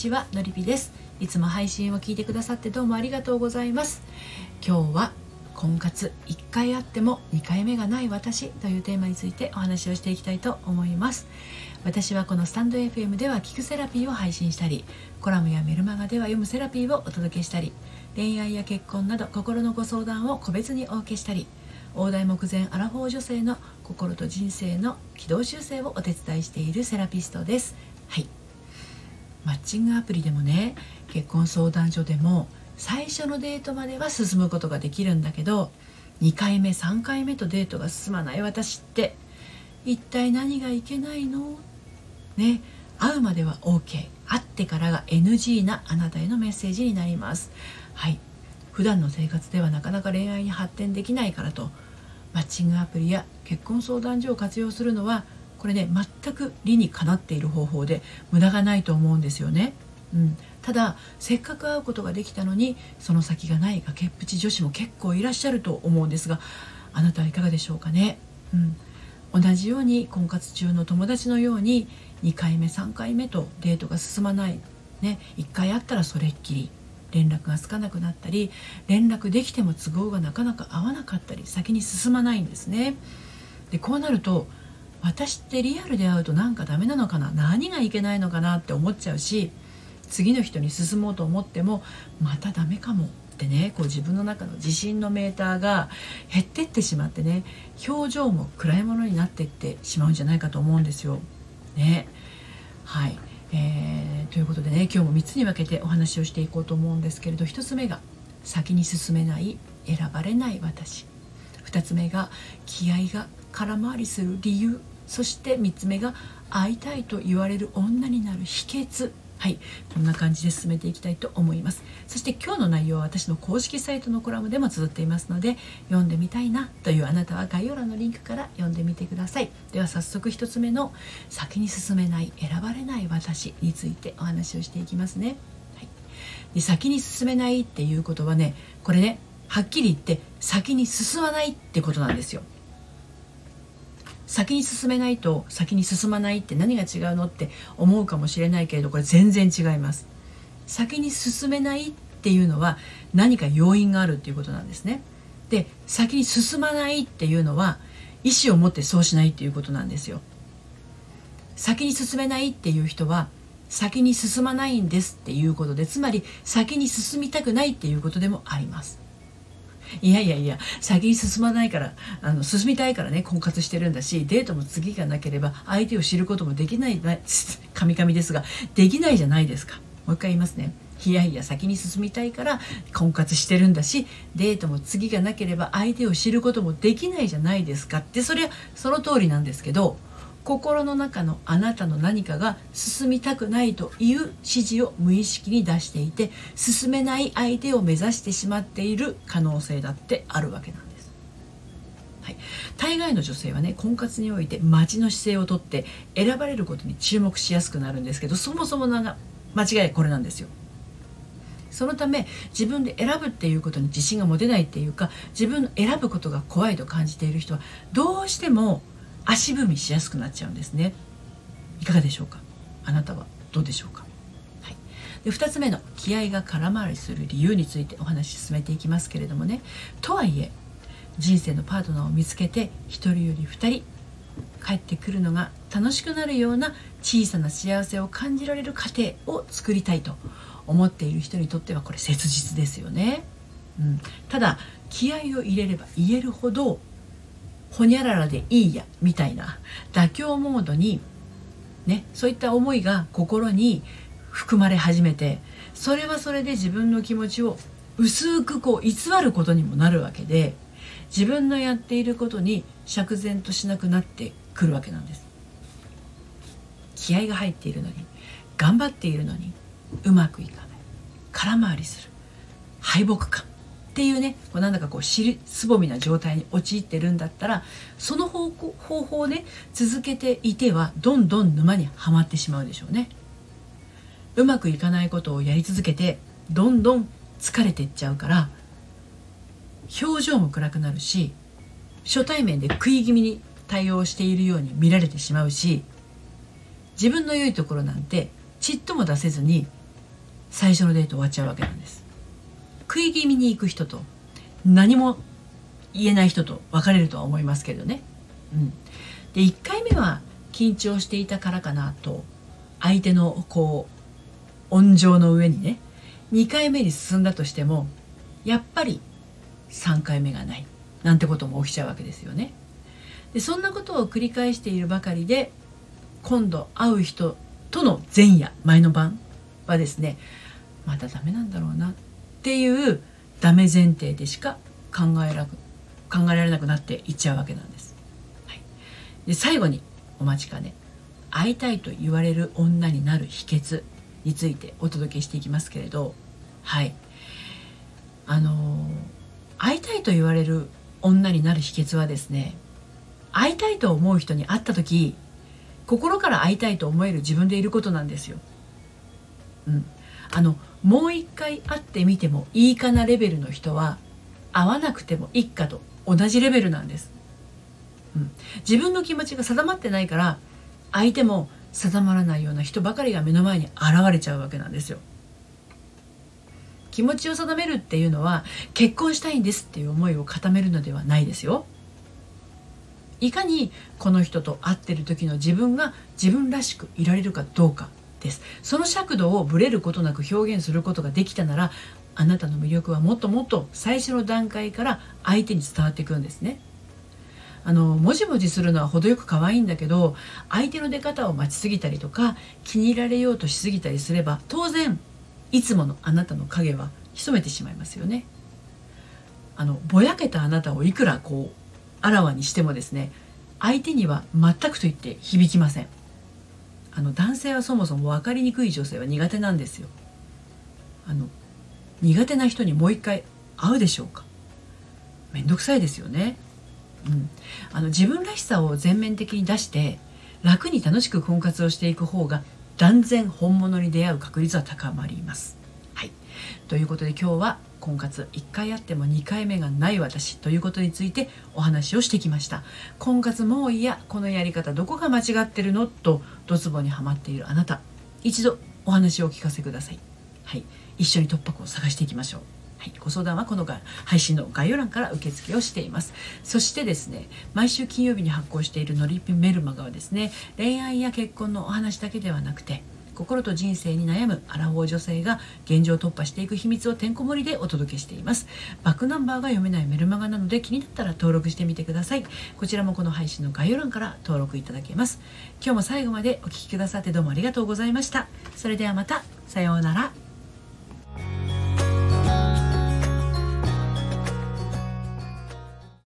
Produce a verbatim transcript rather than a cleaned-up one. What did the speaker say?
ちは、のりぴです。いつも配信を聞いてくださってどうもありがとうございます。今日は婚活いっかいあってもにかいめがない私というテーマについてお話をしていきたいと思います。私はこのスタンド エフエム では聞くセラピーを配信したり、コラムやメルマガでは読むセラピーをお届けしたり、恋愛や結婚など心のご相談を個別にお受けしたり、大台目前アラフォー女性の心と人生の軌道修正をお手伝いしているセラピストです。はい、マッチングアプリでもね、結婚相談所でも最初のデートまでは進むことができるんだけど、にかいめさんかいめとデートが進まない私って一体何がいけないのね。会うまでは OK、 会ってからが エヌジー なあなたへのメッセージになります。はい、普段の生活ではなかなか恋愛に発展できないからと、マッチングアプリや結婚相談所を活用するのはこれね、全く理にかなっている方法で無駄がないと思うんですよね。うん、ただせっかく会うことができたのにその先がない崖っぷち女子も結構いらっしゃると思うんですが、あなたはいかがでしょうかね。うん、同じように婚活中の友達のようににかいめさんかいめとデートが進まない、ね、いっかい会ったらそれっきり連絡がつかなくなったり、連絡できても都合がなかなか合わなかったり、先に進まないんですね。でこうなると、私ってリアルで会うとなんかダメなのかな、何がいけないのかなって思っちゃうし、次の人に進もうと思ってもまたダメかもってね、こう自分の中の自信のメーターが減ってってしまってね、表情も暗いものになってってしまうんじゃないかと思うんですよね。はい、えー、ということでね、今日もみっつに分けてお話をしていこうと思うんですけれど、ひとつめが先に進めない選ばれない私、ふたつめが気合が空回りする理由、そしてみっつめが会いたいと言われる女になる秘訣。はい、こんな感じで進めていきたいと思います。そして今日の内容は私の公式サイトのコラムでも綴っていますので、読んでみたいなというあなたは概要欄のリンクから読んでみてください。では早速ひとつめの先に進めない選ばれない私についてお話をしていきますね。はい、で先に進めないっていうことはね、これね、はっきり言って先に進まないってことなんですよ。先に進めないと先に進まないって何が違うのって思うかもしれないけれど、これ全然違います。先に進めないっていうのは何か要因があるっていうことなんですね。で、先に進まないっていうのは意思を持ってそうしないっていうことなんですよ。先に進めないっていう人は先に進まないんですっていうことで、つまり先に進みたくないっていうことでもあります。いやいやいや、先に進まないから、あの進みたいからね、婚活してるんだし、デートも次がなければ相手を知ることもできない、カミカミですができないじゃないですか。もう一回言いますね。いやいや、先に進みたいから婚活してるんだし、デートも次がなければ相手を知ることもできないじゃないですかって、それはその通りなんですけど、心の中のあなたの何かが進みたくないという指示を無意識に出していて、進めない相手を目指してしまっている可能性だってあるわけなんです。はい、大概の女性はね、婚活において待ちの姿勢をとって選ばれることに注目しやすくなるんですけど、そもそもが間違いこれなんですよ。そのため自分で選ぶっていうことに自信が持てないっていうか、自分の選ぶことが怖いと感じている人はどうしても足踏みしやすくなっちゃうんですね。いかがでしょうか。あなたはどうでしょうか。はい、でふたつめの気合が空回りする理由についてお話し進めていきますけれどもね、とはいえ人生のパートナーを見つけてひとりよりふたり帰ってくるのが楽しくなるような小さな幸せを感じられる家庭を作りたいと思っている人にとってはこれ切実ですよね。うん、ただ気合を入れれば入れるほどほにゃららでいいやみたいな妥協モードにね、そういった思いが心に含まれ始めて、それはそれで自分の気持ちを薄くこう偽ることにもなるわけで、自分のやっていることに釈然としなくなってくるわけなんです。気合が入っているのに、頑張っているのにうまくいかない、空回りする、敗北感っていうね、こうなんだかこう尻すぼみな状態に陥ってるんだったら、その方向方法をね続けていてはどんどん沼にはまってしまうでしょうね。うまくいかないことをやり続けてどんどん疲れていっちゃうから、表情も暗くなるし、初対面で食い気味に対応しているように見られてしまうし、自分の良いところなんてちっとも出せずに最初のデート終わっちゃうわけなんです。食い気味に行く人と何も言えない人と分かれるとは思いますけどね。うん、でいっかいめは緊張していたからかなと相手のこう温情の上にねにかいめに進んだとしてもやっぱりさんかいめがないなんてことも起きちゃうわけですよね。でそんなことを繰り返しているばかりで今度会う人との前夜前の晩はですねまたダメなんだろうなっていうダメ前提でしか考えらく考えられなくなっていっちゃうわけなんです。はい、で最後にお待ちかね会いたいと言われる女になる秘訣についてお届けしていきますけれど、はいあのー、会いたいと言われる女になる秘訣はですね会いたいと思う人に会った時心から会いたいと思える自分でいることなんですよ。うん、あのもう一回会ってみてもいいかなレベルの人は会わなくてもいいかと同じレベルなんです。うん、自分の気持ちが定まってないから相手も定まらないような人ばかりが目の前に現れちゃうわけなんですよ。気持ちを定めるっていうのは結婚したいんですっていう思いを固めるのではないですよ。いかにこの人と会ってる時の自分が自分らしくいられるかどうかです。その尺度をぶれることなく表現することができたならあなたの魅力はもっともっと最初の段階から相手に伝わっていくんですね。あのもじもじするのは程よく可愛いんだけど相手の出方を待ちすぎたりとか気に入られようとしすぎたりすれば当然いつものあなたの影は潜めてしまいますよね。あのぼやけたあなたをいくらこうあらわにしてもですね相手には全くと言って響きません。あの男性はそもそも分かりにくい女性は苦手なんですよ。あの苦手な人にもう一回会うでしょうか。めんどくさいですよね。うん、あの自分らしさを全面的に出して楽に楽しく婚活をしていく方が断然本物に出会う確率は高まります。はい、ということで今日は婚活いっかいあってもにかいめがない私ということについてお話をしてきました。婚活もういやこのやり方どこが間違ってるのとドツボにはまっているあなた一度お話をお聞かせください。はい、一緒に突破口を探していきましょう。はい、ご相談はこの配信の概要欄から受付をしています。そしてですね毎週金曜日に発行しているのりぴメルマガはですね恋愛や結婚のお話だけではなくて心と人生に悩むアラフォー女性が現状突破していく秘密をてんこ盛りでお届けしています。バックナンバーが読めないメルマガなので気になったら登録してみてください。こちらもこの配信の概要欄から登録いただけます。今日も最後までお聞きくださってどうもありがとうございました。それではまたさようなら。